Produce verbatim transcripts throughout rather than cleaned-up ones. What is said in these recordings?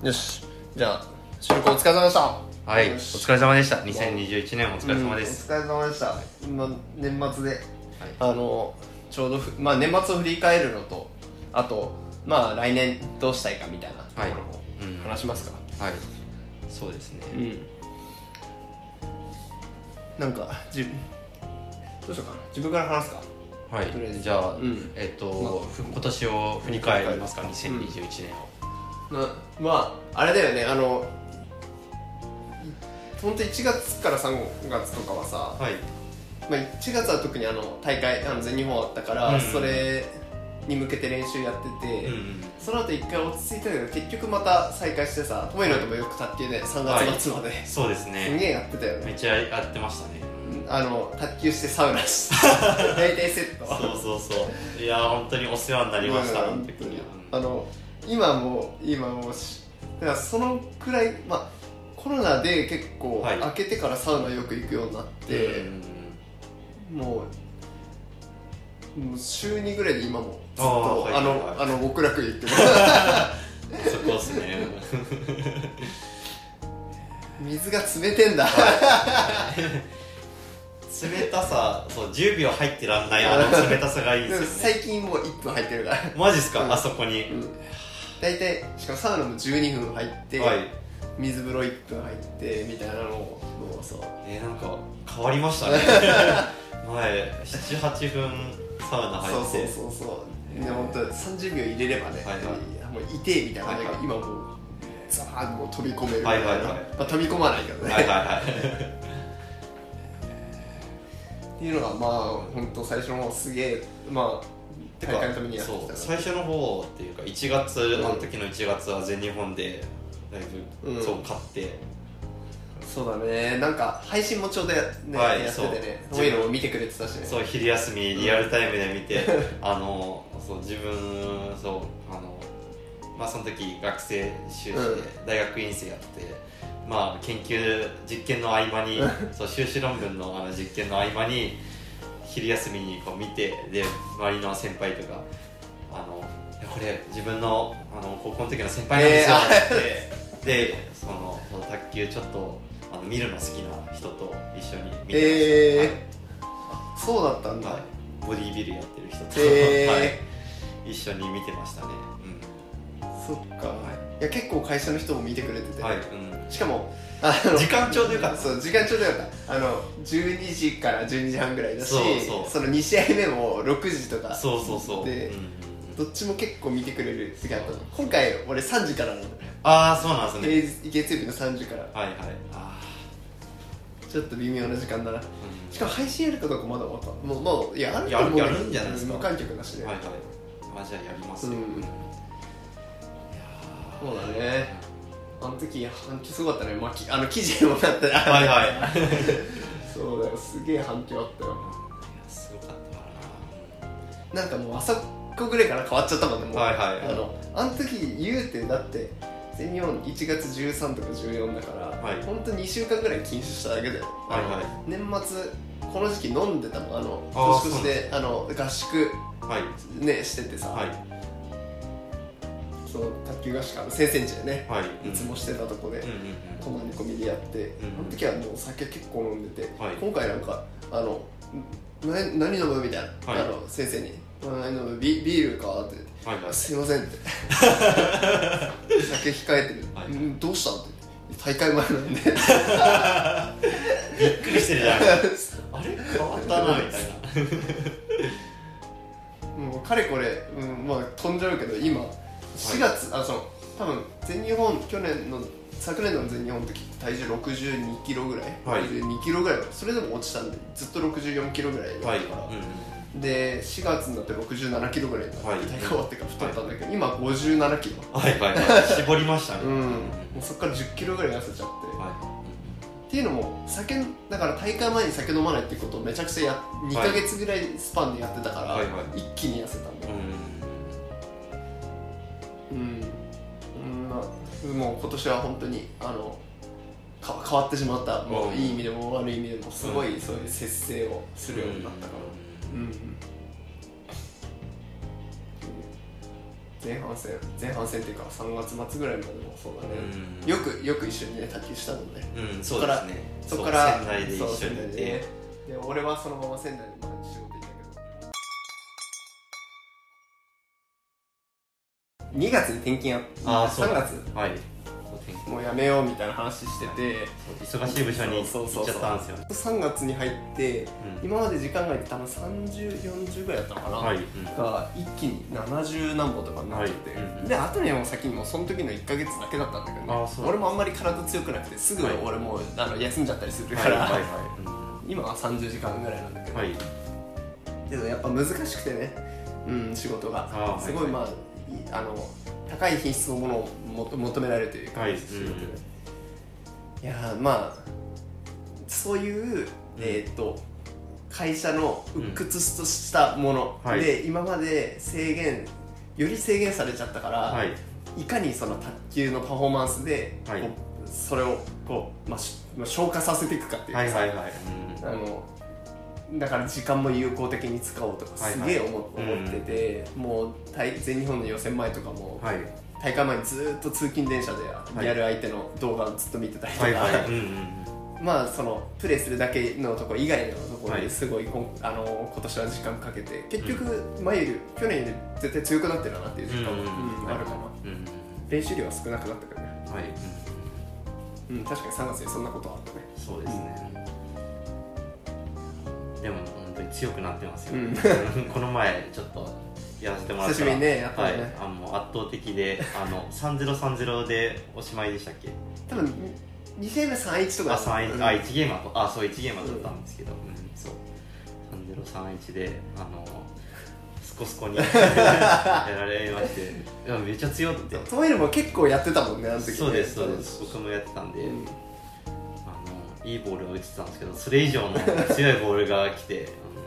よし、じゃあ収録お疲れ様でした。 はい、お疲れ様でした。にせんにじゅういちねんお疲れ様です、 うん、お疲れ様でした。今年末で、はい、あのちょうどふ、まあ、年末を振り返るのと、あとまあ来年どうしたいかみたいなところも話しますか。 はい、うん、はい、そうですね、 うん、なんかじどうしようかな、自分から話すか。 はい、じゃあ、うん、えっ、ー、と、まあ、今年を振り返りますか、にせんにじゅういちねんを。 うん、まああれだよね、あの本当いちがつからさんがつとかはさ、はい、まあ、いちがつは特にあの大会あの全日本あったから、うんうん、それに向けて練習やってて、うんうん、その後一回落ち着いたけど結局また再開してさ、トメロともよく卓球でさんがつ末まで、はい、 そうですね、 すげえやってたよね。 めっちゃやってましたね。 あの卓球してサウナして大体セットそうそうそう、いや本当にお世話になりました、 本当に。あの今も今もしだからそのくらい、まあコロナで結構開けてからサウナよく行くようになって、はい、もうもう週にぐらいで今もずっとあ、はい、あの、はい、あの極楽行ってますそこっすね水が冷てんだ、はい冷たさ、そうじゅうびょう入ってらんないあの冷たさがいいですよね最近もういっぷん入ってるからマジっすか、うん、あそこに、うん、 大体しかもサウナもじゅうにふん入って、はい、水風呂いっぷん入ってみたいなのをもうそうえー、なんか変わりましたね前 ななはちふんサウナ入ってそうそうそうそう、で本当さんじゅうびょう入れればね、はいはい、もう痛えみたいなのが、はいはい、今もうザーッもう飛び込めるみたいな、はいはいはい、まあ、飛び込まないけどね、はいはいはいっていうのがまあ本当最初の方すげえ、まあ大会のためにやってきた。 最初の方っていうかいちがつ、うん、あの時のいちがつは全日本でだいぶ、うん、そう勝って、 そうだね、なんか配信もちょうど や,、ねはい、やっててね、そういうのを見てくれてたしね。 そう昼休みリアルタイムで見て、うん、あのそう自分そうあのまあその時学生修士で大学院生やってて、まあ、研究実験の合間にそう修士論文 の, あの実験の合間に昼休みにこう見て、で周りの先輩とかあのこれ自分 の, あの高校の時の先輩なんですよって、えー、でその卓球ちょっとあの見るの好きな人と一緒に見てました、 えーはい、そうだったんだ、はい、 ボディービルやってる人と、 えーはい、一緒に見てましたね、 うん、そっか、はい、いや結構会社の人も見てくれてて、はい、うん、しかもあの時間ちょうどよかった。 そう時間ちょうどよかった。あのじゅうにじからじゅうにじはんぐらいだし、そうそうそのに試合目もろくじとかそうそうそうで、うん、どっちも結構見てくれる時あったの。今回俺さんじからなの。 ああそうなんですね。月曜日のさんじから。 はいはい。あちょっと微妙な時間だな、うん、しかも配信やるかどうかまだまたもうもういやあると思う、やるんじゃないですか。 無観客だしね。 はいはい。あじゃあやりますよ、うん、いやそうだね。あの時反響すごかったね、まあ、あの記事にもなったらはいはいそうだよ、すげえ反響あったよ。いやすごかったかな。なんかもうあそこぐらいから変わっちゃったもんね、もう、 はいはい、 あのあの時言うてだって全日本いちがつじゅうさんとかじゅうよんだから、はい、ほんとにしゅうかんぐらい禁酒しただけだよ、はいはい、年末この時期飲んでたもん、あの年越しであの合宿、はいね、しててさ、はい、その卓球合宿先生んちでね、はい、いつもしてたとこで、うん、泊まり込みでやって、うん、あの時はもう酒結構飲んでて、はい、今回なんかあの何何飲むみたいな、はい、あの先生に何飲む ビ, ビールかって言って、はいはい、すいませんって酒控えてる、はい、どうしたって大会前なんでびっくりしてるじゃんあれ変わったなみたいなもうかれこれ、うん、まあ飛んじゃうけど今しがつ、はい、あその多分全日本去年の昨年の全日本の時体重ろくじゅうにキロぐらい、はい、ろくじゅうにキロぐらい、それでも落ちたんでずっとろくじゅうよんキロぐらいだったから、はい、うん、でしがつになってろくじゅうななキロぐらいになって、はい、大会終わってから太ったんだけど、はい、今ごじゅうななキロ、 はいはいはい、絞りましたね、うん、 もうそっからじゅっキロぐらい痩せちゃって、はい、っていうのも酒だから大会前に酒飲まないってことをめちゃくちゃやにかげつぐらいスパンでやってたから、はいはいはい、一気に痩せたんだよ、うん、うんうん、まあ、もう今年は本当にあのか変わってしまった、もういい意味でも悪い意味でもすごいそういう節制をするようになったから、うんうん、っ前半戦前半戦っていうかさんがつ末ぐらいまでもそうだね、うん、よくよく一緒にね卓球したもんね。 うんそうですね。 そこから仙台で一緒にいて、ね、 で俺はそのまま仙台に仕事行ったけどにがつに転勤やあさんがつはいもうやめようみたいな話してて、 忙しい部署に行っちゃったんですよね。 さんがつに入って、うん、今まで時間外って多分さんじゅう、よんじゅうぐらいだったのかな、はいうん、が一気にななじゅう何歩とかになっちゃって、はいうん、で後にも先にもその時のいっかげつだけだったんだけどね、俺もあんまり体強くなくてすぐ俺もう、はい、あの休んじゃったりするから、はいはいはいうん、今はさんじゅうじかんぐらいなんだけど、はい、けどやっぱ難しくてね、うん、仕事がすごいまああの高い品質のものを求められるというか、はいうん、いやまあそういう、えー、っと会社の鬱屈としたもの、うん、で、はい、今まで制限より制限されちゃったから、はい、いかにその卓球のパフォーマンスで、はい、こうそれをこう、まあ、消化させていくかっていうかさ、はいはいはいうん、あのだから時間も有効的に使おうとかすげえ 思,、はいはい、思ってて、うん、もう全日本の予選前とかも、はい、大会前にずっと通勤電車でやる相手の動画をずっと見てたりとか、はいはいはいうんうん、まあそのプレーするだけのところ以外のところですごい、はい、あの今年は時間かけて結局前より去年より絶対強くなってるなっていう時間も、うんうんうん、あるかな、うんうん、練習量は少なくなったけどね、はいうんうん、確かにさんがつにそんなことはあったね。 そうですね、うんでも本当に強くなってますよ、うん、この前ちょっっとやらせてもらったら久しぶりにねやったね、はい、 あの圧倒的であのさんゼロさんゼロでおしまいでしたっけ。 多分にゲームさんいちとかあさんいち、うん、あいちゲームはあそういちゲームは取ったんですけど、うんうん、そうさんゼロさんいちであのスコスコにやられましていやめっちゃ強ってトイレも結構やってたもんねあの時ね。 そうですそうです僕もやってたんで、うん、あのいいボールを打ってたんですけどそれ以上の強いボールが来て、うん、いや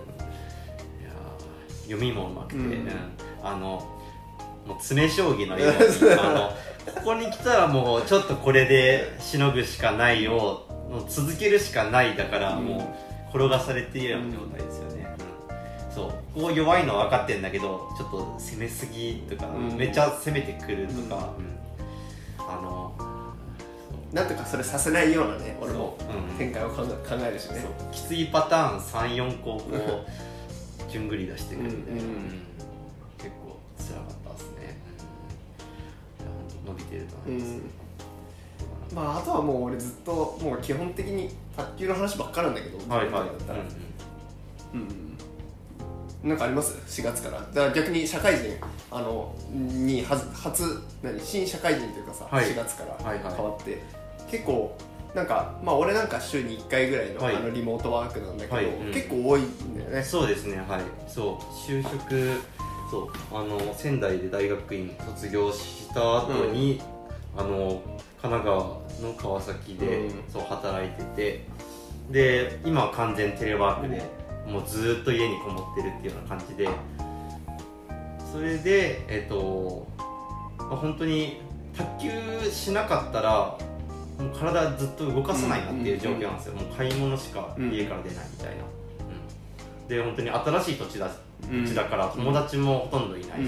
読みもうまくて、うん、あのもう詰将棋のようにあのここに来たらもうちょっとこれでしのぐしかないよもう続けるしかないだからもう転がされているような状態ですよね、うん、そうここ弱いのは分かってるんだけどちょっと攻めすぎとか、うん、めっちゃ攻めてくるとか、うんうん、あのなんとかそれさせないようなね俺も展開を考えるしね、 うん、きついパターン さん,よん 個こう順繰り出してくるんで、うんうん、結構辛かったですね、うん、伸びてると思います、 うん、まああとはもう俺ずっともう基本的に卓球の話ばっかなんだけどはいはいだったらうん、うん、なんかありますしがつからだから逆に社会人あのには初何新社会人というかさ、はい、しがつから変わって、はいはい結構なんかまあ俺なんか週にいっかいぐらいの、はい、あのリモートワークなんだけど、はいうん、結構多いんだよね。そうですねはいそう就職そうあの仙台で大学院卒業した後に、うん、あの神奈川の川崎で、うん、そう働いててで今は完全テレワークで、うん、もうずっと家にこもってるっていうような感じでそれでえっと、まあ、本当に卓球しなかったらもう体ずっと動かさないなっていう状況なんですよ、うんうんうん、もう買い物しか家から出ないみたいな、うん、で本当に新しい土地だ、土地だから友達もほとんどいないし、うん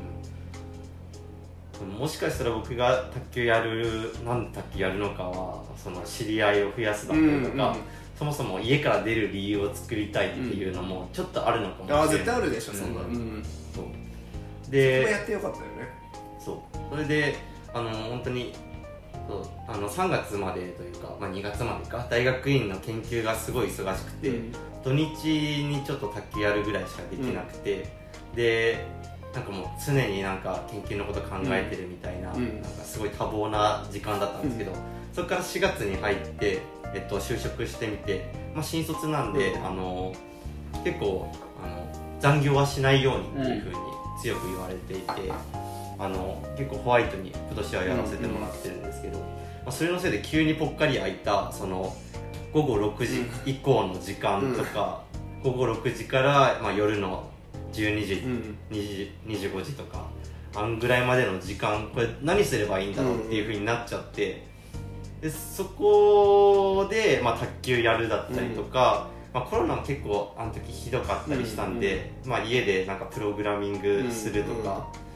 うん、もしかしたら僕が卓球やるなんで卓球やるのかはその知り合いを増やすだったりとか、うんうん、そもそも家から出る理由を作りたいっていうのもちょっとあるのかもしれない、 うん、あ絶対あるでしょそんな、うんうん、そうでそこもやってよかったよね。 そうそれであの本当にそうあのさんがつまでというか、まあ、にがつまでか大学院の研究がすごい忙しくて、うん、土日にちょっと卓球やるぐらいしかできなくて、うん、でなんかもう常になんか研究のこと考えてるみたいな、うん、なんかすごい多忙な時間だったんですけど、うん、そこからしがつに入って、えっと、就職してみて、まあ、新卒なんで、うん、あの結構あの残業はしないようにっていうふうに強く言われていて、あの結構ホワイトに今年はやらせてもらってるんですけど、うんうんまあ、それのせいで急にぽっかり空いたそのごごろくじ以降の時間とか、うん、ごごろくじから、まあ、夜のじゅうにじ、うん、にじ、にじゅうごじとかあんぐらいまでの時間これ何すればいいんだろうっていう風になっちゃってでそこで、まあ、卓球やるだったりとか、うんまあ、コロナも結構あの時ひどかったりしたんで、うんうんまあ、家でなんかプログラミングするとか、うんうん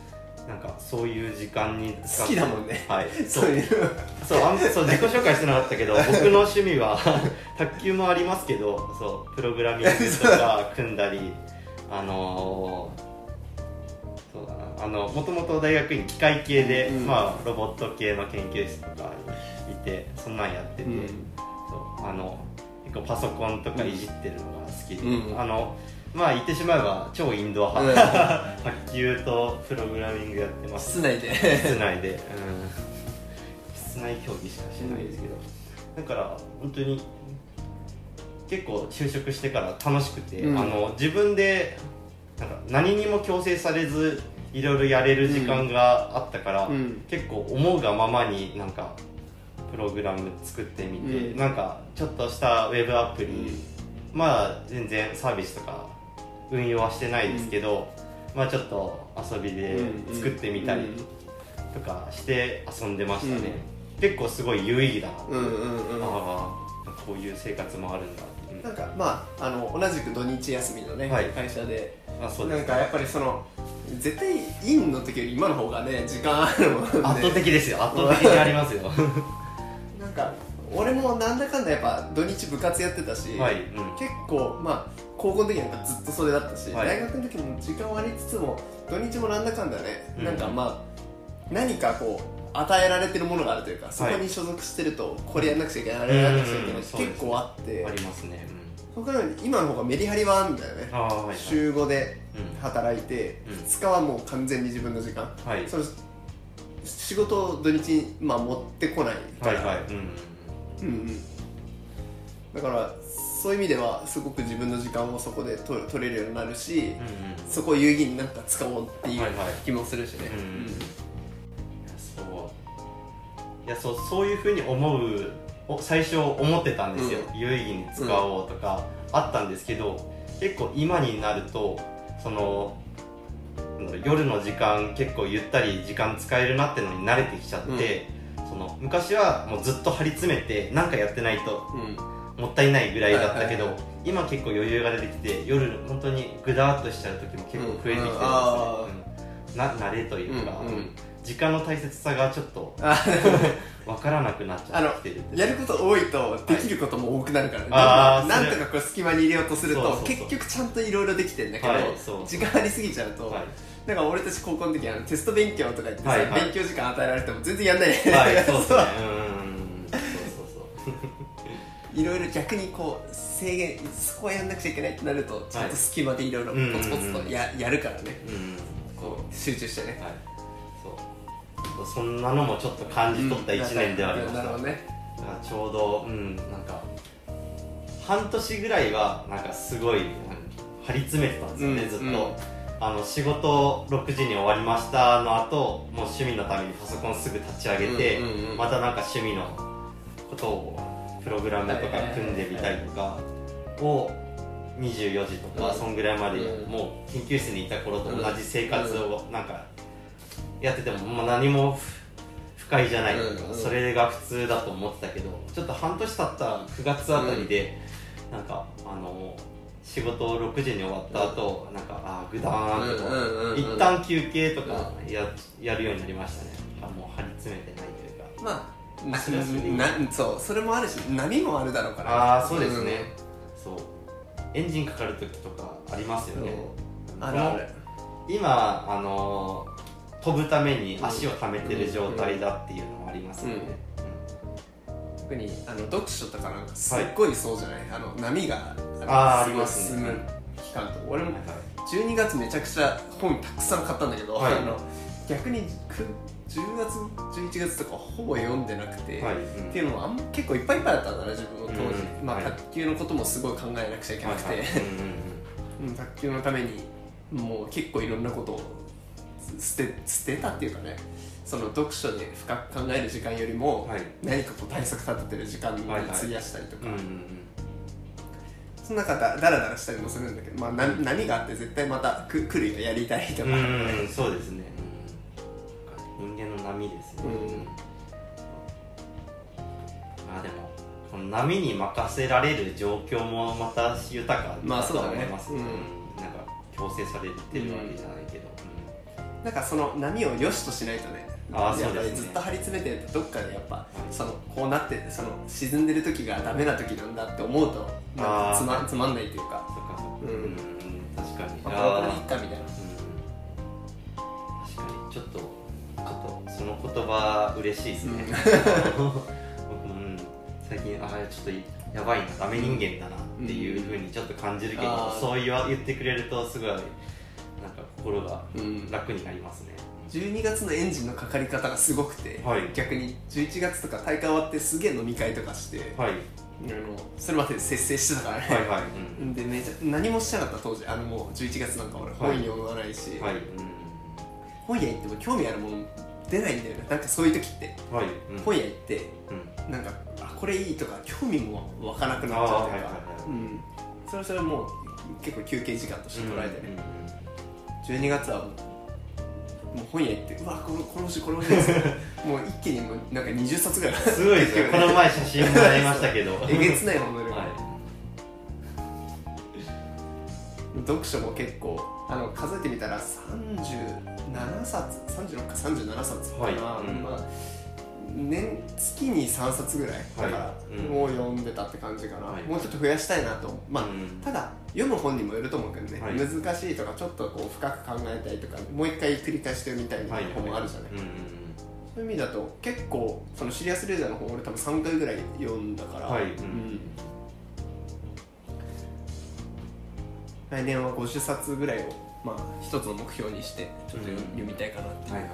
なんかそういう時間に使って好きだもんね、 はい、 そういうそうあんそう自己紹介してなかったけど僕の趣味は卓球もありますけど、そうプログラミングとか組んだりあのー、そうだなあのもともと大学院機械系で、うんまあ、ロボット系の研究室とかにいてそんなんやってて、うん、そうあの結構パソコンとかいじってるのが好きで、うん、あのまあ言ってしまえば超インドア派、うん、卓球とプログラミングやってます。 室内で室内で、うん、室内競技しかしてないですけど、うん、だから本当に結構就職してから楽しくて、うん、あの自分でなんか何にも強制されずいろいろやれる時間があったから、うん、結構思うがままになんかプログラム作ってみて、うん、なんかちょっとしたウェブアプリ、うん、まあ全然サービスとか運用はしてないですけど、うん、まあちょっと遊びで作ってみたりとかして遊んでましたね、うん、結構すごい有意義だなって、うんうんうん、ああこういう生活もあるんだ、 うん、なんかまあ、あの同じく土日休みのね、はい、会社で、 あそうです、 なんかやっぱりその絶対インの時より今の方がね時間あるもんで圧倒的ですよ、圧倒的にありますよなんか俺もなんだかんだやっぱ土日部活やってたし、はいうん、結構まあ高校の時なんかずっとそれだったし、はい、大学の時も時間はありつつも土日もなんだかんだね、うん、なんかまあ何かこう与えられてるものがあるというか、そこに所属してるとこれやんなくちゃいけない、はい、あれやんなくちゃいけない、うん、結構あってありますね、 うん、そこから今の方がメリハリはあるんだよね、はいはい、週ごで働いて、うん、ふつかはもう完全に自分の時間、はい、その仕事を土日に、まあ、持ってこないから、はいはいうんうんうん、だからそういう意味ではすごく自分の時間をそこで取れるようになるし、うんうん、そこを有意義になんか使おうっていう気もするしね、はいはいうんうん、いやそういやそうそういうふうに思う最初思ってたんですよ、うん、有意義に使おうとかあったんですけど、結構今になるとその夜の時間結構ゆったり時間使えるなってのに慣れてきちゃって、うん、その昔はもうずっと張り詰めて何かやってないと、うん、もったいないぐらいだったけど、はいはいはい、今結構余裕が出てきて夜本当にグダーっとしちゃう時も結構増えてきてるんですね、うん、な慣れというか、うんうん、時間の大切さがちょっと分からなくなっちゃってきてる。 やること多いとできることも多くなるからね、はい、なんとかこう隙間に入れようとするとそうそうそう結局ちゃんといろいろできてるんだけど、はい、時間ありすぎちゃうと、はい、なんか俺たち高校の時はテスト勉強とか言ってさ、はいはい、勉強時間与えられても全然やんない、はい、そうですねうんそうそうそういろいろ逆にこう制限そこはやんなくちゃいけないってなるとちゃんと隙間でいろいろポツポツと や,、うんうん、やるからね、うんうん、こう集中してね、はいそんなのもちょっと感じ取ったいちねんではありました、 うん、なるほどね、 だからちょうど、うん、なんか半年ぐらいはなんかすごい張り詰めてたんですよね、うん、ずっと、うん、あの仕事ろくじに終わりましたの後もう趣味のためにパソコンすぐ立ち上げて、うんうんうん、またなんか趣味のことをプログラムとか組んでみたりとかをにじゅうよじとかそんぐらいまでもう研究室にいた頃と同じ生活をなんかやってても、まあ、何も不快じゃないとか、うんうん、それが普通だと思ってたけどちょっと半年経ったくがつあたりで、うん、なんかあの仕事ろくじに終わった後、うん、なんかあーグダーンとか、うんうんうん、一旦休憩とか や,、うん、やるようになりましたね。もう張り詰めてないというかまあそれなそうそれもあるし波もあるだろうから、 ああそうですね、うん、そうエンジンかかる時とかありますよね、 うん、あるある今あのー飛ぶために足を溜めてる状態だっていうのもありますよね、 うんうんうん、特にあの読書とかなんかすっごいそうじゃない、はい、あの波がありますね、進む期間と俺もじゅうにがつめちゃくちゃ本たくさん買ったんだけど、はい、あの逆にじゅうがつじゅういちがつとかほぼ読んでなくて、はいうん、っていうのもあんま結構いっぱいいっぱいだったんだね自分の当時、うんまあ、卓球のこともすごい考えなくちゃいけなくて、はいはいうん、卓球のためにもう結構いろんなことを捨て、捨てたっていうかね、その読書で深く考える時間よりも、はい、何かこう対策立ててる時間に費やしたりとか、はいはいうんうん、その中だだらだらしたりもするんだけど、まあ、な何があって絶対またく来るよやりたいとか、 うんそうですね、うん、人間の波ですね、うん、あでもこの波に任せられる状況もまた豊かだと思います、ねまあそうだねうん、なんか強制されてるわけじゃないけど、うんなんかその波を良しとしないとね、 あやっぱりずっと張り詰めてるとどっかでやっぱそのこうなってその沈んでる時がダメな時なんだって思うとなんかつま、つまんないというか、 そうか、 うん、 うん、確かに、 まあ、これでいいかみたいな、うん、 確かにちょっとちょっとその言葉嬉しいですね、うん、僕も、うん、最近あれちょっとやばいな、ダメ人間だなっていうふうにちょっと感じるけど、うん、そう言わ言ってくれるとすごいなんか心が楽になりますね、 うん、じゅうにがつのエンジンのかかり方がすごくて、はい、逆にじゅういちがつとか大会終わってすげえ飲み会とかして、はい、あのそれまで節制してたからね、はいはい、うん、でめちゃ何もしなかった当時、あのもうじゅういちがつなんか俺本読まないし、はいはい、うん、本屋行っても興味あるもの出ないんだよね、なんかそういう時って、はい、うん、本屋行って、うん、なんかあこれいいとか興味も湧かなくなっちゃうというか、うん、それはそれはもう結構休憩時間として捉えてね、うんうんうん、じゅうにがつはもうもう本屋行ってうわこのこの星この星ですもう一気にもうなんかにじゅっさつぐらいすごいですよこの前写真もらいましたけどえげつない本の量、はい、読書も結構あの数えてみたらさんじゅうななさつさんじゅうろくかさんじゅうななさつかな、はい、うん、まあ年月にさんさつぐらいだから、はい、もう読んでたって感じかな、はい、もうちょっと増やしたいなと、まあ、うん、ただ読む本にもよると思うけどね、はい、難しいとかちょっとこう深く考えたいとかもう一回繰り返してみたいな本もあるじゃない、はいはい、そういう意味だと結構そのシリアスレーザーの本俺多分さんかいぐらい読んだから、はい、うん、来年はごじゅっさつぐらいをまあ一つの目標にしてちょっと読みたいかなっていう、はいはい、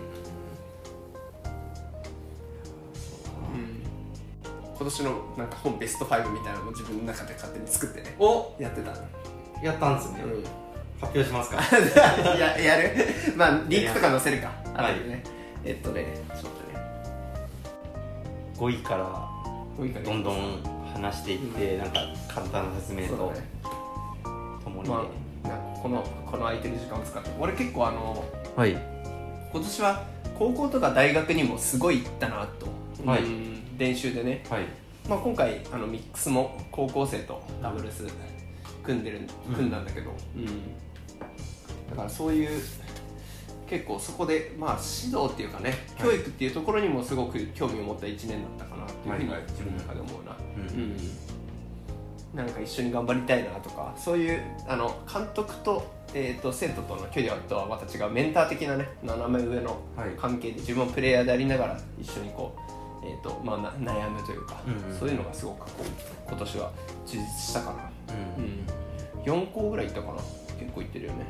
うん、今年のなんか本ベストファイブみたいなのも自分の中で勝手に作ってねおやってたやったんですね、うん、発表しますかや, やるまあリンクとか載せるかあとでね、はい、えっとねちょっとねごいからどんどん話していって、うん、なんか簡単な説明とともに、ね、まあ、なんかこのこの空いてる時間を使って俺結構あの、はい、今年は高校とか大学にもすごい行ったなと、はい、うん、練習でね、はい、まあ、今回あのミックスも高校生とダブルス組んでる組んだんだけど、うんうん、だからそういう結構そこでまあ指導っていうかね、教育っていうところにもすごく興味を持ったいちねんだったかなっていうふうに自分の中で思うな、うんうん、なんか一緒に頑張りたいなとか、そういうあの監督と、えー、と生徒との距離とはまた違うメンター的なね斜め上の関係で自分もプレイヤーでありながら一緒にこう、えーとまあ、悩むというか、うんうん、そういうのがすごくこう今年は充実したかな、うんうん、よんこぐらい行ったかな、結構行ってるよね、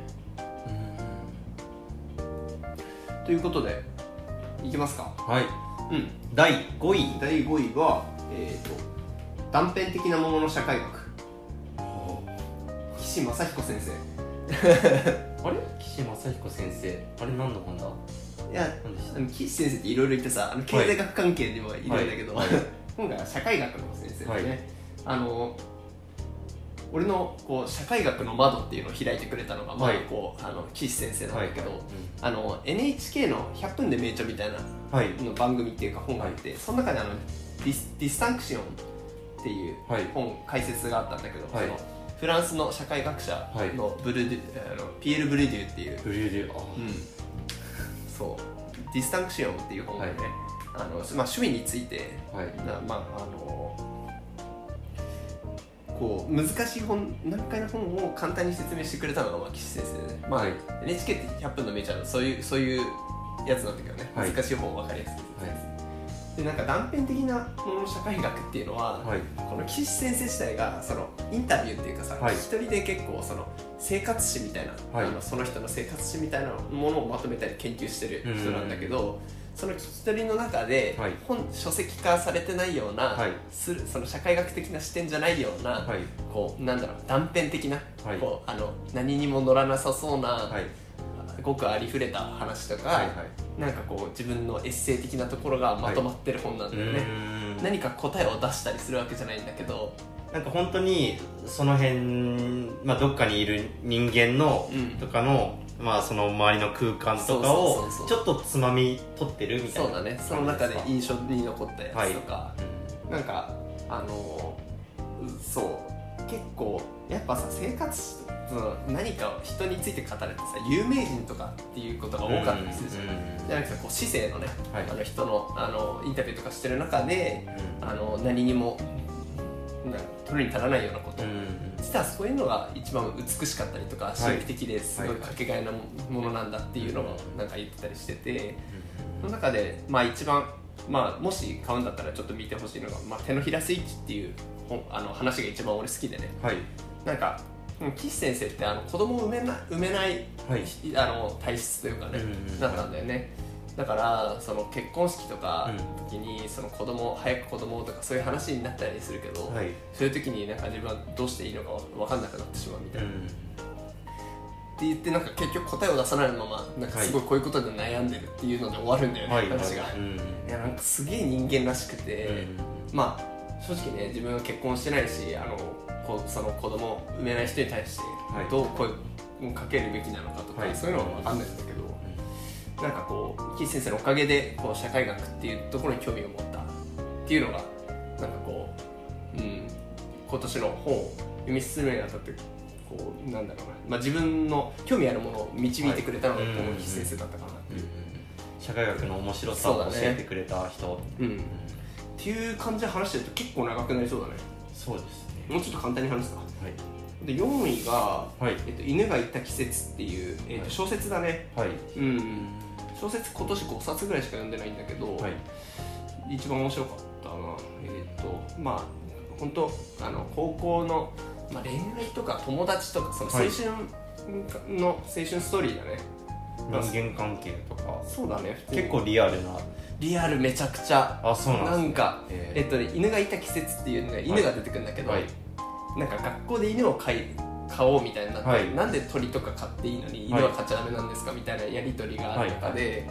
うん、ということでいきますか。 はい、うん、だいごいだいごいは、えーと断片的なものの社会学、岸正彦先生あれ岸正彦先生、あれ何の本だ。 いや、あの岸先生っていろいろ言ってさ、あの経済学関係でもいるんだけど、はいはい、今回は社会学の先生でね、はい、あの俺のこう社会学の窓っていうのを開いてくれたのが、まあこうあの岸先生なんだけど、はいはい、うん、あの エヌエイチケー のひゃっぷんで名著みたいなの番組っていうか本があって、はい、その中であのディス、ディスタンクションっていう本、はい、解説があったんだけど、はい、そのフランスの社会学者のブルデュ、はい、あのピエール・ブルデュっていうブルデュ、あ、 うん、そうディスタンクションっていう本がね、はい、あのまあ、趣味について、はい、なまああのこう難しい本、難解な本を簡単に説明してくれたのが、まあ、岸先生でね、まあ、はい、エヌエイチケー ってひゃっぷんの名著のそういうそういうやつなんだけどね、はい、難しい本を分かりやすく説明する、はい、でなんか断片的なものの社会学っていうのは、はい、この岸先生自体がそのインタビューっていうかさ、はい、一人で結構その生活史みたいな、はい、あのその人の生活史みたいなものをまとめたり研究してる人なんだけど、その聞き取りの中で、はい、本書籍化されてないような、はい、すその社会学的な視点じゃないような、はい、こうなんだろう断片的な、はい、こうあの何にも乗らなさそうな、はい、ごくありふれた話とか、はいはい、なんかこう自分のエッセイ的なところがまとまってる本なんだよね、はい、何か答えを出したりするわけじゃないんだけど、 なんか本当にその辺、まあ、どっかにいる人間の、うん、とかの、まあ、その周りの空間とかをちょっとつまみ取ってるみたいな。 そうだね、その中で印象に残ったやつとか、はい、なんかあのそう結構やっぱさ生活その何か人について語れてさ有名人とかっていうことが多かったりするじゃん、うんうんうん、じゃなくてこう市政のね、はい、あの人の、あのインタビューとかしてる中で、うん、あの何にも取るに足らないようなこと、うんうん、実はそういうのが一番美しかったりとか神秘的ですごいかけがえなものなんだっていうのをなんか言ってたりしてて、その中でまあ一番、まあ、もし買うんだったらちょっと見てほしいのが、まあ、手のひらスイッチっていうあの話が一番俺好きでね、はい、なんか岸先生ってあの子供を産めな産めない、はい、あの体質というかね、うんうん、だったんだよね。だからその結婚式とかの時にその子供早く子供とかそういう話になったりするけど、はい、そういう時になんか自分はどうしていいのか分かんなくなってしまうみたいな、うん、って言ってなんか結局答えを出さないままなんかすごいこういうことで悩んでるっていうので終わるんだよね、はい、話が、はいうん、いやなんかすげえ人間らしくて、うん、まあ正直ね自分は結婚してないしあのこうその子供を産めない人に対してどう声をかけるべきなのかとか、はい、そういうのは分かんないんだけど、なんかこう岸先生のおかげでこう社会学っていうところに興味を持ったっていうのがなんかこう、うん、今年の本を読み進めるにあたってこうなんだろうな、まあ、自分の興味あるものを導いてくれたのがこの岸先生だったかなっていう、 うん、社会学の面白さを教えてくれた人、 う、ねうん、っていう感じで話してると結構長くなりそうだね。 そうですね。 もうちょっと簡単に話すか。はいでよんいが、はいえっと、犬が言った季節っていう、えっと、小説だね、はいうん、小説今年ごさつぐらいしか読んでないんだけど、はい、一番面白かったな。えっとまあ本当あの高校の、まあ、恋愛とか友達とかその青春の、はい、青春ストーリーだね。 人間関係とかそうだね結構リアルなリアルめちゃくちゃあそうなんです、ね、 なんか、えーえっとね、犬がいた季節っていうのが犬が出てくるんだけど、はいはいなんか学校で犬を飼い飼おうみたいになって、はい、なんで鳥とか飼っていいのに犬は飼っちゃダメなんですかみたいなやり取りがある中で、はい、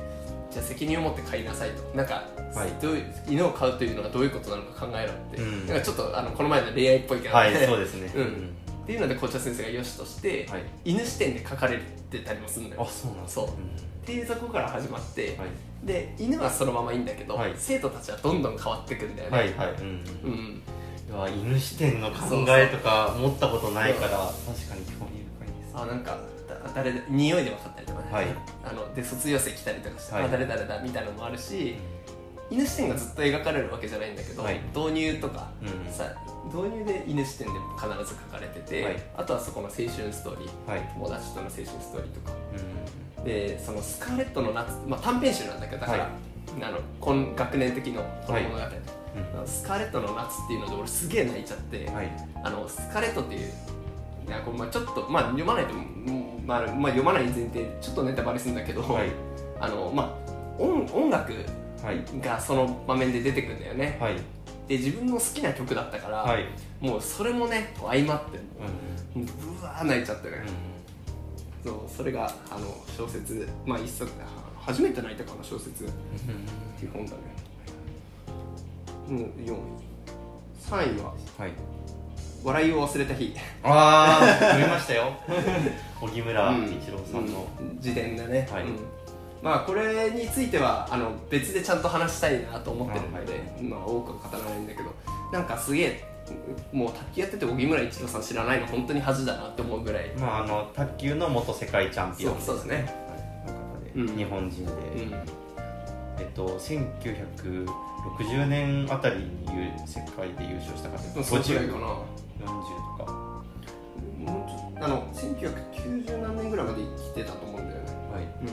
じゃあ責任を持って飼いなさいとなんか、はい、どういう犬を飼うというのはどういうことなのか考えろって、うん、なんかちょっとあのこの前の恋愛っぽいけど、ね、 はいそうですね、 うん、っていうので校長先生が良しとして、はい、犬視点で書かれてたりもするんだよ。 あそうなんですか、うん、っていうところから始まって、はい、で犬はそのままいいんだけど、はい、生徒たちはどんどん変わっていくんだよね。 はいはいうんうん犬視点の考えとか持ったことないから確かに興味深いです。 あなんか誰だ匂いで分かったりとかね、はい、あので卒業生来たりとかして、はい、あ誰々だみたいなのもあるし、犬視点がずっと描かれるわけじゃないんだけど、はい、導入とか、うん、さ導入で犬視点で必ず書かれてて、はい、あとはそこの青春ストーリー、はい、友達との青春ストーリーとか、うん、でそのスカーレットの夏、まあ、短編集なんだけどだから、はい、あの今学年的のこの物語、はいうん、スカーレットの夏っていうので俺すげえ泣いちゃって、はい、あのスカーレットっていういやこれまあちょっと、まあ、読まないと、まあまあ、読まない前提ちょっとネタバレするんだけど、はい、あのまあ、音, 音楽がその場面で出てくるんだよね、はい、で自分の好きな曲だったから、はい、もうそれもね相まって、うん、うわー泣いちゃってね、うん、そうそれがあの小説まあ一冊初めて泣いたかな小説っていう本だね。うん、よんいさんいは、はい、笑いを忘れた日。 ああ読みましたよ荻村一郎さんの、 うんうん、自伝だね、はいうん、まあこれについてはあの別でちゃんと話したいなと思ってるので、はいまあ、多くは語らないんだけどなんかすげえもう卓球やってて荻村一郎さん知らないの本当に恥だなって思うぐらい、 まあ、あの卓球の元世界チャンピオンですね。 そうですね、 はい、の方で、うん、日本人で、うんえっと、せんきゅうひゃくろくじゅうねんあたりに世界で優勝した方でごじゅうかなよんじゅうとかもうちょっとあのせんきゅうひゃくきゅうじゅうなんねんぐらいまで生きてたと思うんだよね、はいうん、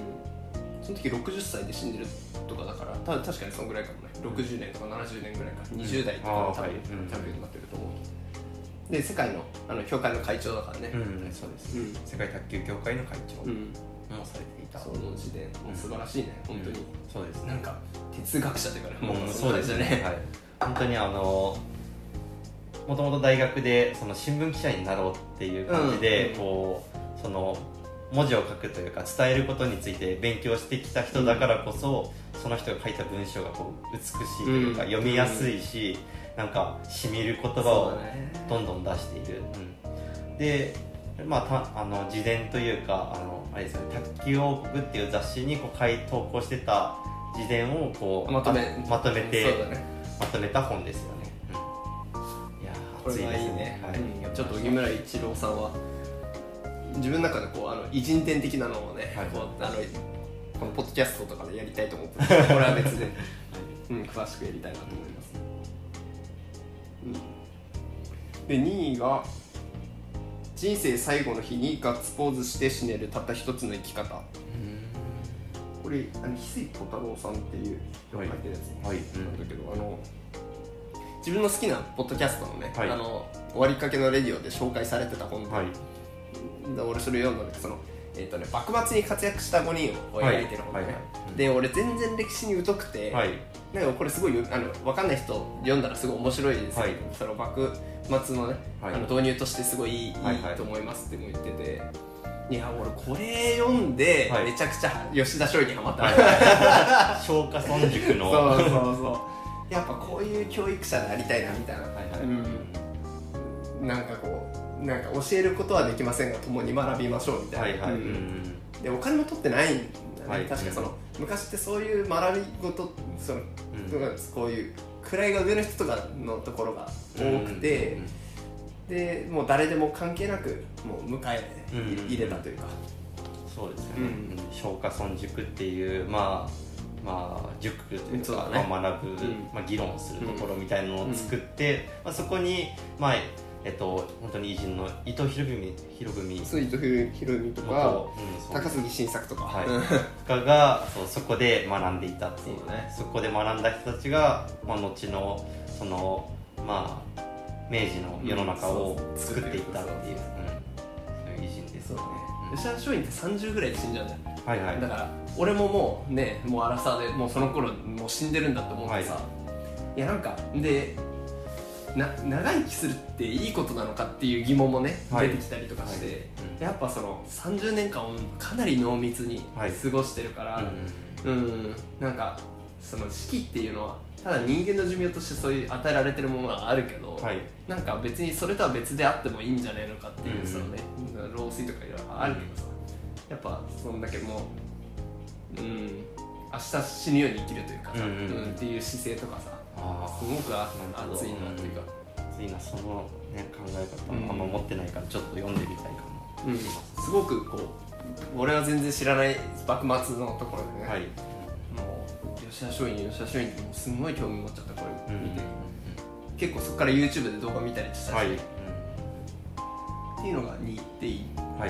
その時ろくじゅっさいで死んでるとかだからた確かにそのぐらいかもねろくじゅうねんとかななじゅうねんぐらいか、うん、にじゅうだいとかの多分、はい、チャンピオンになってると思う。で世界のあの協会の会長だからね、 うん、そうです、うん、世界卓球協会の会長、うんもされていたその時点もう素晴らしいね、うん、本当に、うん、 そうですねなんか哲学者というかね、 うん、 もうそうですね、はい、本当にあのもともと大学でその新聞記者になろうっていう感じで、うん、こうその文字を書くというか伝えることについて勉強してきた人だからこそ、うん、その人が書いた文章がこう美しいというか、うん、読みやすいし、うん、なんかしみる言葉をどんどん出している、うん、でまあ、たあの自伝というかあのあれですよね、卓球王国っていう雑誌にこう投稿してた自伝をこうまとめまとめて、ね、まとめた本ですよね、うん、いやこれがいいね、はい、うん、ちょっと荻村一郎さんは自分の中でこうあの偉人伝的なのをね、はい、こうあのこのポッドキャストとかでやりたいと思ってますこれは別で、うん、詳しくやりたいなと思います、うん、でにいが人生最後の日にガッツポーズして死ねるたった一つの生き方。これあの翡翠小太郎さんっていう人が書いてるやつなんだけど、はいはい、あの自分の好きなポッドキャストのね、はい、あの終わりかけのレディオで紹介されてた本で、はい、俺それ読んだんだけど、その、えーとね、幕末に活躍したごにんを描いてる本で、ね、はいはいはい、で俺全然歴史に疎くて、はい、なんかこれすごいあの分かんない人読んだらすごい面白いですけど、はい、その幕末のね、はい、あの導入としてすごいいい、はいはい、いいと思いますっても言ってて、いや俺これ読んでめちゃくちゃ吉田松陰にハマった、 はい、松下村塾のそうそうそうやっぱこういう教育者でありたいなみたいな、はいはい、うん、なんかこうなんか教えることはできませんが共に学びましょうみたいな、はいはい、うん、でお金も取ってないんだね、はい、確かその、うん、昔ってそういう学び事その、うん、こういう位が上の人とかのところが多くて、うんうんうん、でもう誰でも関係なくもう迎え入れたというか、 うんうん、そうですよね、うん、松下村塾っていうまあまあ塾というか、ね、まあ、学ぶ、うん、まあ、議論するところみたいなのを作って、うん、まあ、そこにまあえっと本当に偉人の伊藤博文博文そう伊藤博文とか、うん、高杉晋作とか、 はい、とかがそうそこで学んでいたっていう、ね、そこで学んだ人たちが、まあ、後のそのまあ明治の世の中を作っていったっていう、うん、そういう偉人ですよね。 吉田松陰ってさんじゅうぐらいで死んじゃうんだよ、 はいはい、 だから俺ももうねもうアラサーでもうその頃もう死んでるんだと思ってさ、はい、いやなんかでな長生きするっていいことなのかっていう疑問もね、はい、出てきたりとかして、はい、うん、やっぱそのさんじゅうねんかんをかなり濃密に過ごしてるから、はい、うん、うん、なんかその死期っていうのはただ人間の寿命としてそういう与えられてるものがあるけど、はい、なんか別にそれとは別であってもいいんじゃないのかっていう、うん、そのね老衰とかいろいろあるけどさ、うん、やっぱそんだけもう、うん、明日死ぬように生きるというかさ、うんうんうん、っていう姿勢とかさ、すごく熱いなというか、 熱いな、その、ね、考え方あんま持ってないからちょっと読んでみたいかな、 うん、すごくこう俺は全然知らない幕末のところでね、はい、吉田松陰吉田松陰ってすごい興味持っちゃったこれ見て、うんうんうん、結構そこから YouTube で動画見たりしたし、はい、うん、っていうのがにでいい、はい、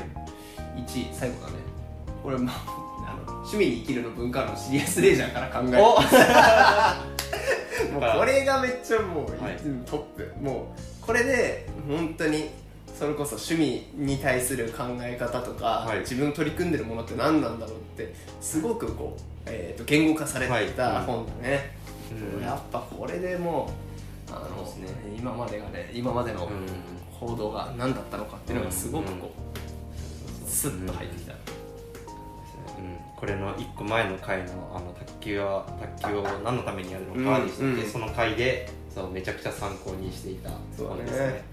いちい最後だね、これ、まあ、あの趣味に生きるの文化論シリアスレジャーから考えてもうこれがめっちゃもう、はい、トップ、もうこれで本当にそれこそ趣味に対する考え方とか、はい、自分取り組んでるものって何なんだろうってすごくこう、えー、と言語化された本だね、はい、うん、やっぱこれでもうあの、ね、今までがね今までの報道が何だったのかっていうのがすごくこうスッと入ってきた、うん、 これのいっこまえの回のあの卓球は卓球を何のためにやるのかでしたっけ、うん、その回でそうめちゃくちゃ参考にしていた本ですね、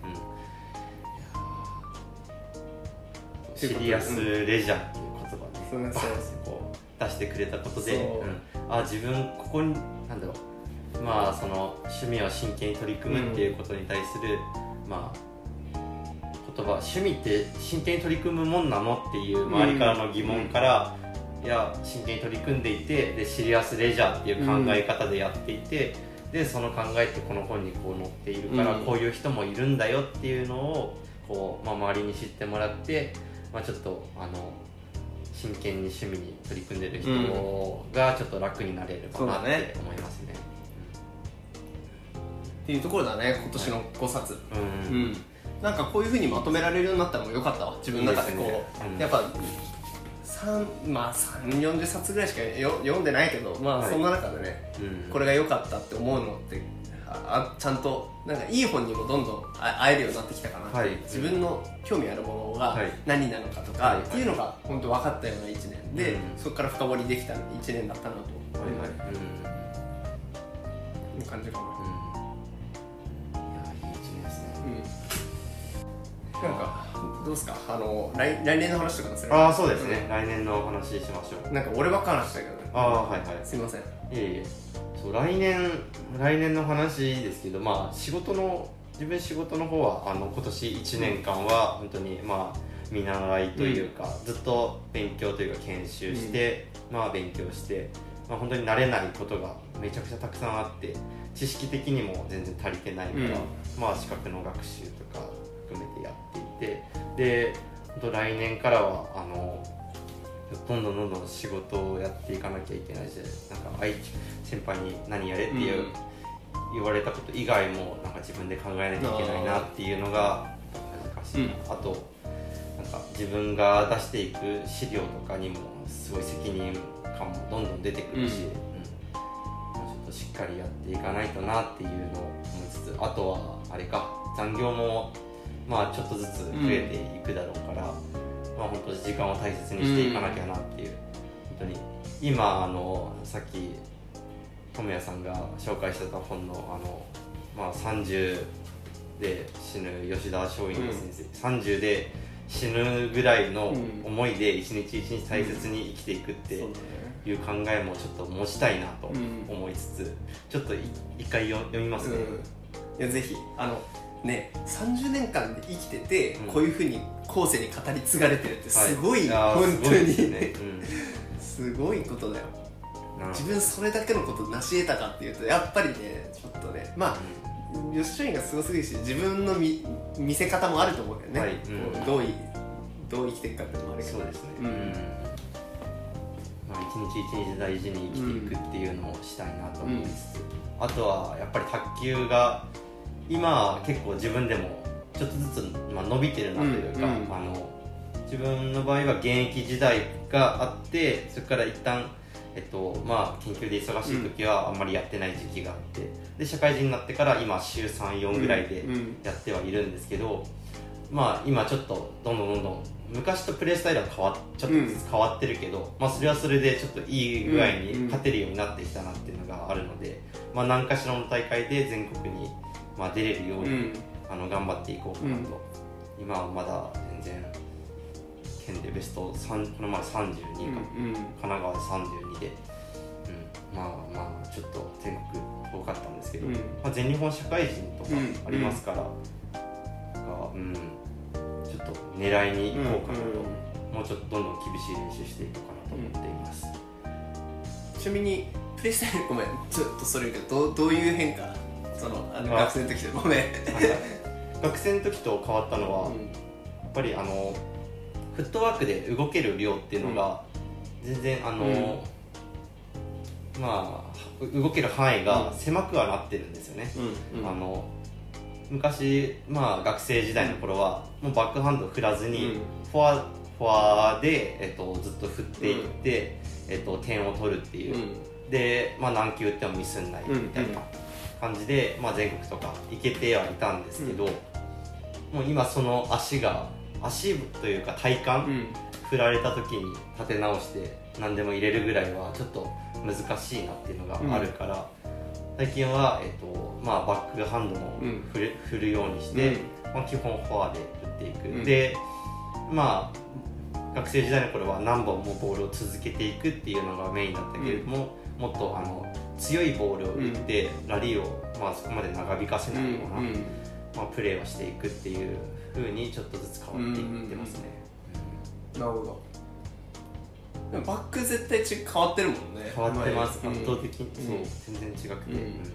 シリアスレジャーっていう言葉ね、こう出してくれたことで、うん、あ自分ここになんだろう、まあその趣味を真剣に取り組むっていうことに対する、うん、まあ言葉、趣味って真剣に取り組むもんなのっていう周りからの疑問から、うん、いや真剣に取り組んでいて、でシリアスレジャーっていう考え方でやっていて、うん、でその考えってこの本にこう載っているから、うん、こういう人もいるんだよっていうのをこう、まあ、周りに知ってもらって、まあ、ちょっとあの真剣に趣味に取り組んでる人がちょっと楽になれればなって思いますね、 うん、っていうところだね今年のごさつ、はい、うんうん、なんかこういう風にまとめられるようになったのも良かったわ自分の中でこう、いいですね、うん、やっぱさんまあさんじゅう、よんじゅうさつぐらいしかよ読んでないけど、まあそんな中でね、はい、うん、これが良かったって思うのってあちゃんとなんかいい本にもどんどん会えるようになってきたかな、はい、自分の興味あるものが何なのかとか、はい、っていうのが本当分かったようないちねんで、うん、そこから深掘りできたいちねんだったなと思います、はいはい、うん、いう感じかな、 うん、いやいいいちねんですね、 うん、なんかどうですか、あの 来, 来年の話とかですね。 ああそうですね、うん、来年の話しましょう。 なんか俺ばっか話したけどね。 ああはいはい、 すいません。いえいえ、そう来年来年の話ですけど、まあ仕事の自分仕事の方はあの今年いちねんかんは本当にまあ見習いというか、うん、ずっと勉強というか研修して、うん、まあ勉強して、まあ、本当に慣れないことがめちゃくちゃたくさんあって知識的にも全然足りてないから、うん、まあ資格の学習とか含めてやっていて、で本当来年からはあのどんどんどんどん仕事をやっていかなきゃいけないし、なんか相先輩に何やれっていう、うん、言われたこと以外もなんか自分で考えなきゃいけないなっていうのが難しい、うん、あとなんか自分が出していく資料とかにもすごい責任感もどんどん出てくるし、うんうん、ちょっとしっかりやっていかないとなっていうのを思いつつ、あとはあれか残業もまあちょっとずつ増えていくだろうから、うん、まあ本当に時間を大切にしていかなきゃなっていう、うん、本当に今あのさっき智也さんが紹介してた本のあの、まあ、さんじゅうで死ぬ吉田松陰先生、うん、さんじゅうで死ぬぐらいの思いで一日一日大切に生きていくっていう考えもちょっと持ちたいなと思いつつ、ちょっと一回読みますね、 うん、いやぜひあのねさんじゅうねんかんで生きてて、うん、こういうふうに後世に語り継がれてるってすごい、はい、本当にすごい、ねうん、すごいことだよ。自分それだけのこと成し得たかっていうとやっぱりねちょっとねまあ、うん、吉松陰がすごすぎるし自分の 見, 見せ方もあると思うけどね、はいうん、どういどう生きていくかっていうのもあるけどそうですね、うんまあ、一日一日大事に生きていくっていうのをしたいなと思いつつ、うん、あとはやっぱり卓球が今結構自分でもちょっとずつ、まあ、伸びてるなというか、うんうん、あの自分の場合は現役時代があってそれから一旦えっとまあ、研究で忙しい時はあんまりやってない時期があって、うん、で社会人になってから今週さん、よんぐらいでやってはいるんですけど、うん、まあ今ちょっとどんどんどんどん昔とプレースタイルは変わちょっとずつ変わってるけど、うんまあ、それはそれでちょっといい具合に勝てるようになってきたなっていうのがあるので、まあ、何かしらの大会で全国にまあ出れるように、うん、あの頑張っていこうかなと、うん、今はまだ全然県でベストさんこの前さんじゅうにか、うんうん、神奈川でさんじゅうにで、うん、まあまあちょっと全国多かったんですけど、うんまあ、全日本社会人とかありますから、うんうん、ちょっと狙いに行こうかなと、うんうん、もうちょっとどんどん厳しい練習していこうかなと思っています、 うん、ちなみにプレースタイルごめんちょっとそれ言うけどどう、どういう変化そのあの学生の時とごめん学生の時と変わったのは、うん、やっぱりあのフットワークで動ける量っていうのが全然あの、うん、まあ動ける範囲が狭くはなってるんですよね、うんうん、あの昔、まあ、学生時代の頃はもうバックハンド振らずにフォア、フォアで、えっと、ずっと振っていって、うんえっと、点を取るっていう、うん、で、まあ、何球打ってもミスんないみたいな感じで、まあ、全国とか行けてはいたんですけど、うん、もう今その足が足というか体幹、うん、振られた時に立て直して何でも入れるぐらいはちょっと難しいなっていうのがあるから、うん、最近は、えっとまあ、バックハンドも振る、うん、振るようにして、うんまあ、基本フォアで打っていく、うん、でまあ学生時代の頃は何本もボールを続けていくっていうのがメインだったけれども、うん、もっとあの強いボールを打って、うん、ラリーを、まあ、そこまで長引かせないような、うんまあ、プレーをしていくっていう風にちょっとずつ変わっていってますね、 うんうんうん、なるほど。でもバック絶対ち変わってるもんね。 変わってます、圧倒的に、うん、そう全然違くて、うん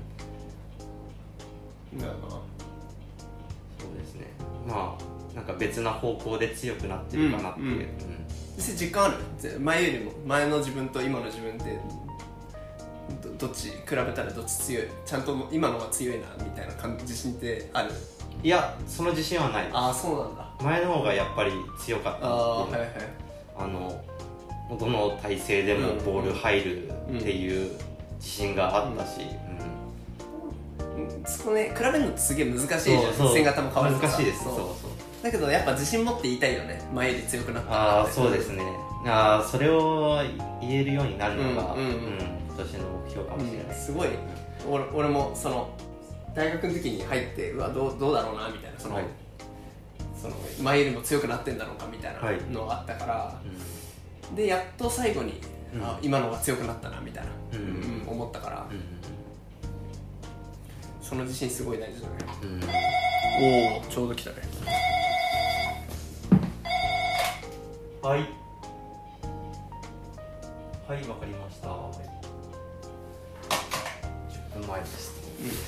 うん、だよな。 そうですね、まあなんか別な方向で強くなってるかなっていう、うんうん、 実感ある？前よりも前の自分と今の自分で ど, どっち比べたらどっち強い？ちゃんと今のが強いなみたいな感じ自信ってある？ いや、その自信はない。 ああ、そうなんだ。 前の方がやっぱり強かったんですけど、あ、はいはい、あのどの体勢でもボール入るっていう自信があったし、 うんうんうん、そこね、比べるのってすげえ難しいじゃん。線形も変わるから難しいです。そうそう。 だけどやっぱ自信持って言いたいよね。前より強くなったなって。 ああ、そうですね。ああ、それを言えるようになるのが、うんうんうん、今年の目標かもしれない、うん、 すごい。俺, 俺もその大学の時に入ってうわ ど, うどうだろうなみたいなその、はい、その前よりも強くなってんだろうかみたいなのがあったから、はいうん、でやっと最後に、うん、あ今のが強くなったなみたいな、うんうん、思ったから、うん、その自信すごい大事だね、うんおお、ちょうど来たね。 はいはい、わかりました。じゅっぷんまえです。 いいです。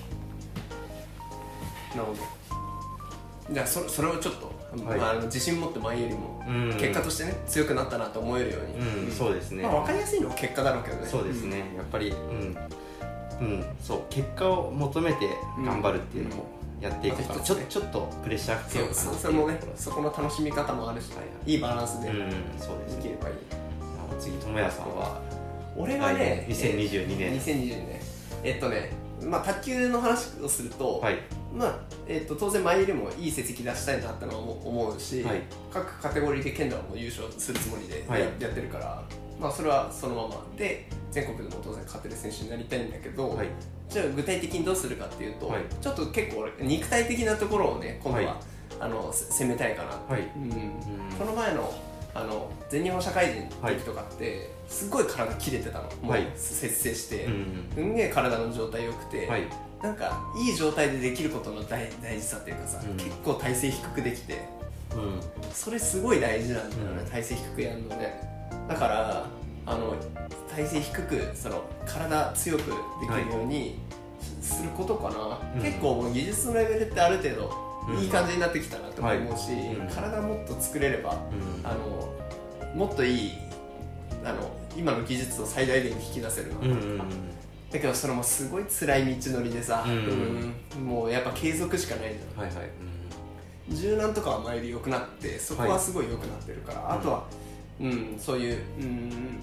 なるほど。じゃあ そ, それをちょっと、はい、まあ、あの自信持って前よりも結果としてね、うん、強くなったなと思えるように、 うんうん、そうですね、 まあ、分かりやすいのは結果だろうけどね。 そうですね、うん、やっぱり、うんうん、そう結果を求めて頑張るっていうのもやっていくから、うん、ちょ、ちょっとプレッシャーかけようかなっていう。 そう、それもね、そこの楽しみ方もあるし、はい、いいバランスでいければいい、うん、 そうですね。次、智也さんは俺はね、 にせんにじゅうにねんにせんにじゅうにねんえっとね、まあ、卓球の話をすると、はい、まあえっと、当然前よりもいい成績出したいなってのは思うし、はい、各カテゴリーで県ではもう優勝するつもりでや、はい、やってるから、まあ、それはそのままで全国でも当然勝てる選手になりたいんだけど、はい、じゃあ具体的にどうするかっていうと、はい、ちょっと結構俺肉体的なところをね今度は、はい、あの攻めたいかなって、はい、うん、この前のあの全日本社会人の時とかって、はい、すごい体切れてたの、もう節制して、すんげえ体の状態良くて、はい、なんかいい状態でできることの 大, 大事さっていうかさ、うん、結構体勢低くできて、うん、それすごい大事なんだよね、うん、体勢低くやるのね。だからあの体勢低くその体強くできるようにすることかな、はい、結構もう技術のレベルってある程度いい感じになってきたなと思うし、はい、うん、体もっと作れれば、うん、あのもっといいあの今の技術を最大限に引き出せるなと、うんうん、だけどそれもすごい辛い道のりでさ、うんうん、もうやっぱ継続しかないじゃん、はいはい、うん、柔軟とかは前より良くなってそこはすごい良くなってるから、はい、あとは、うん、そういう、うん、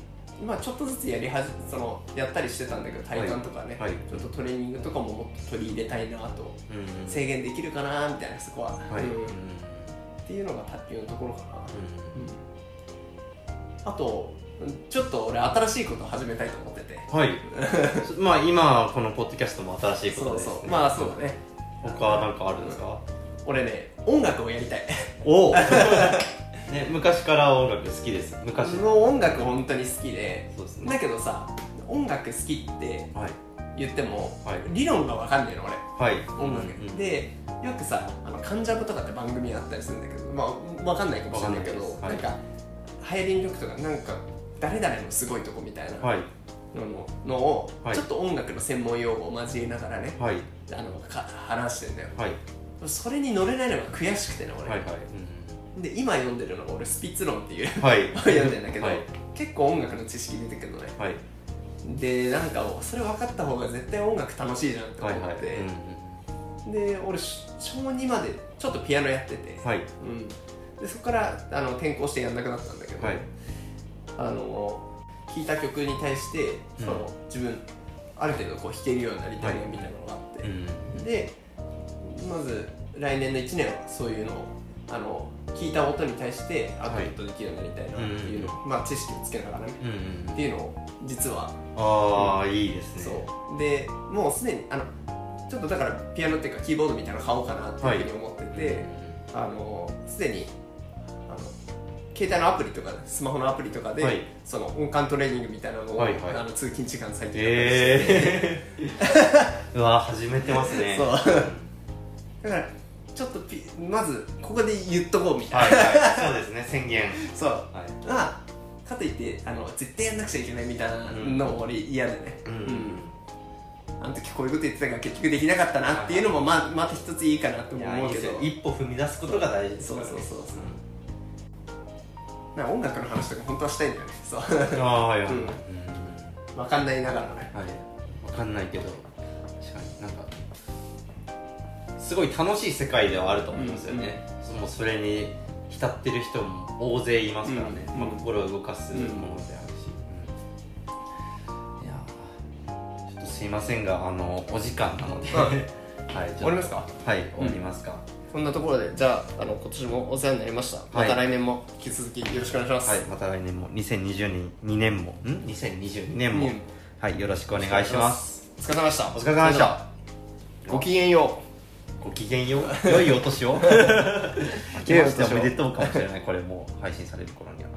まあ、ちょっとずつやりはじそのやったりしてたんだけど体幹とかね、はいはい、ちょっとトレーニングとかももっと取り入れたいなと、うんうん、制限できるかなみたいなそこは、はい、うん、っていうのが卓球のところかな、うん、あとちょっと俺新しいことを始めたいと思ってて、 はい、まあ今このポッドキャストも新しいことですね。 そうそう、まあそうだね。 他は何かあるんですか？うん、 俺ね、音楽をやりたい。 おね、昔から音楽好きです。昔の音楽本当に好きで、そうですね、だけどさ、音楽好きって言っても、はい、理論が分かんないの俺、はい、音楽、うんうん、でよくさ、あのカンジャブとかって番組あったりするんだけど、まあ分かんないかもしれないけど、な, なんか流行りの曲とかなんか誰々のすごいとこみたいな、はい、の, のを、はい、ちょっと音楽の専門用語を交えながらね、はい、あのか話してんだよ、はい、それに乗れないのが悔しくてね俺、はいはい、うん、で今読んでるのが俺スピッツ論っていう、はい、読んでるんだけど、はい、結構音楽の知識出てくるのね、はい、でなんかそれ分かった方が絶対音楽楽しいじゃんって思って、はいはい、うん、で俺小にまでちょっとピアノやってて、はい、うん、でそこからあの転校してやんなくなったんだけど、はい、あの弾いた曲に対して、うん、その自分ある程度こう弾けるようになりたいみたいなのがあって、はい、うん、でまず来年のいちねんはそういうのをあの聞いた音に対してアウトプットできるようになりたいなっていうのを、はい、まあ知識をつけながらね、うんうん、っていうのを実はああ、うん、いいですね。 そうでもうすでにあのちょっとだからピアノっていうかキーボードみたいなの買おうかなっていうふうに思ってて、はい、あのすでに携帯のアプリとかスマホのアプリとかで、はい、その音感トレーニングみたいなのを、はいはい、あの通勤時間最近やったりして、えー、うわ始めてますね。 そうだからちょっとピまずここで言っとこうみたいな、はいはい、そうですね宣言そう、はい、まあかといってあの絶対やんなくちゃいけないみたいなのも俺嫌でね、うんうん、あの時こういうこと言ってたから結局できなかったなっていうのも ま, また一ついいかなと思うけど、 いい一歩踏み出すことが大事ですからね。 そうそうそうそう、なんか音楽の話とか本当はしたいんだよね。そうああはいはい、うん、 分かんないながらね、 はい、分かんないけど確かになんかすごい楽しい世界ではあると思いますよね、うんうん、もうそれに浸ってる人も大勢いますからね、うん、まあ、心を動かすものであるし、うん、いやちょっとすいませんがあのお時間なので、はい、 終わりますか？ はい、終わりますか、 うん、そんなところでじゃあ、あの今年もお世話になりました、はい、また来年も引き続きよろしくお願いします。 はい、また来年もにせんにじゅうにねんもんにせんにじゅうにねんも、うん、はい、よろしくお願いします。 お疲れ様でした。 お疲れ様でした。 ごきげんよう。 ごきげんよう。良いお年を。明けましておめでとうかもしれない。これもう配信される頃には。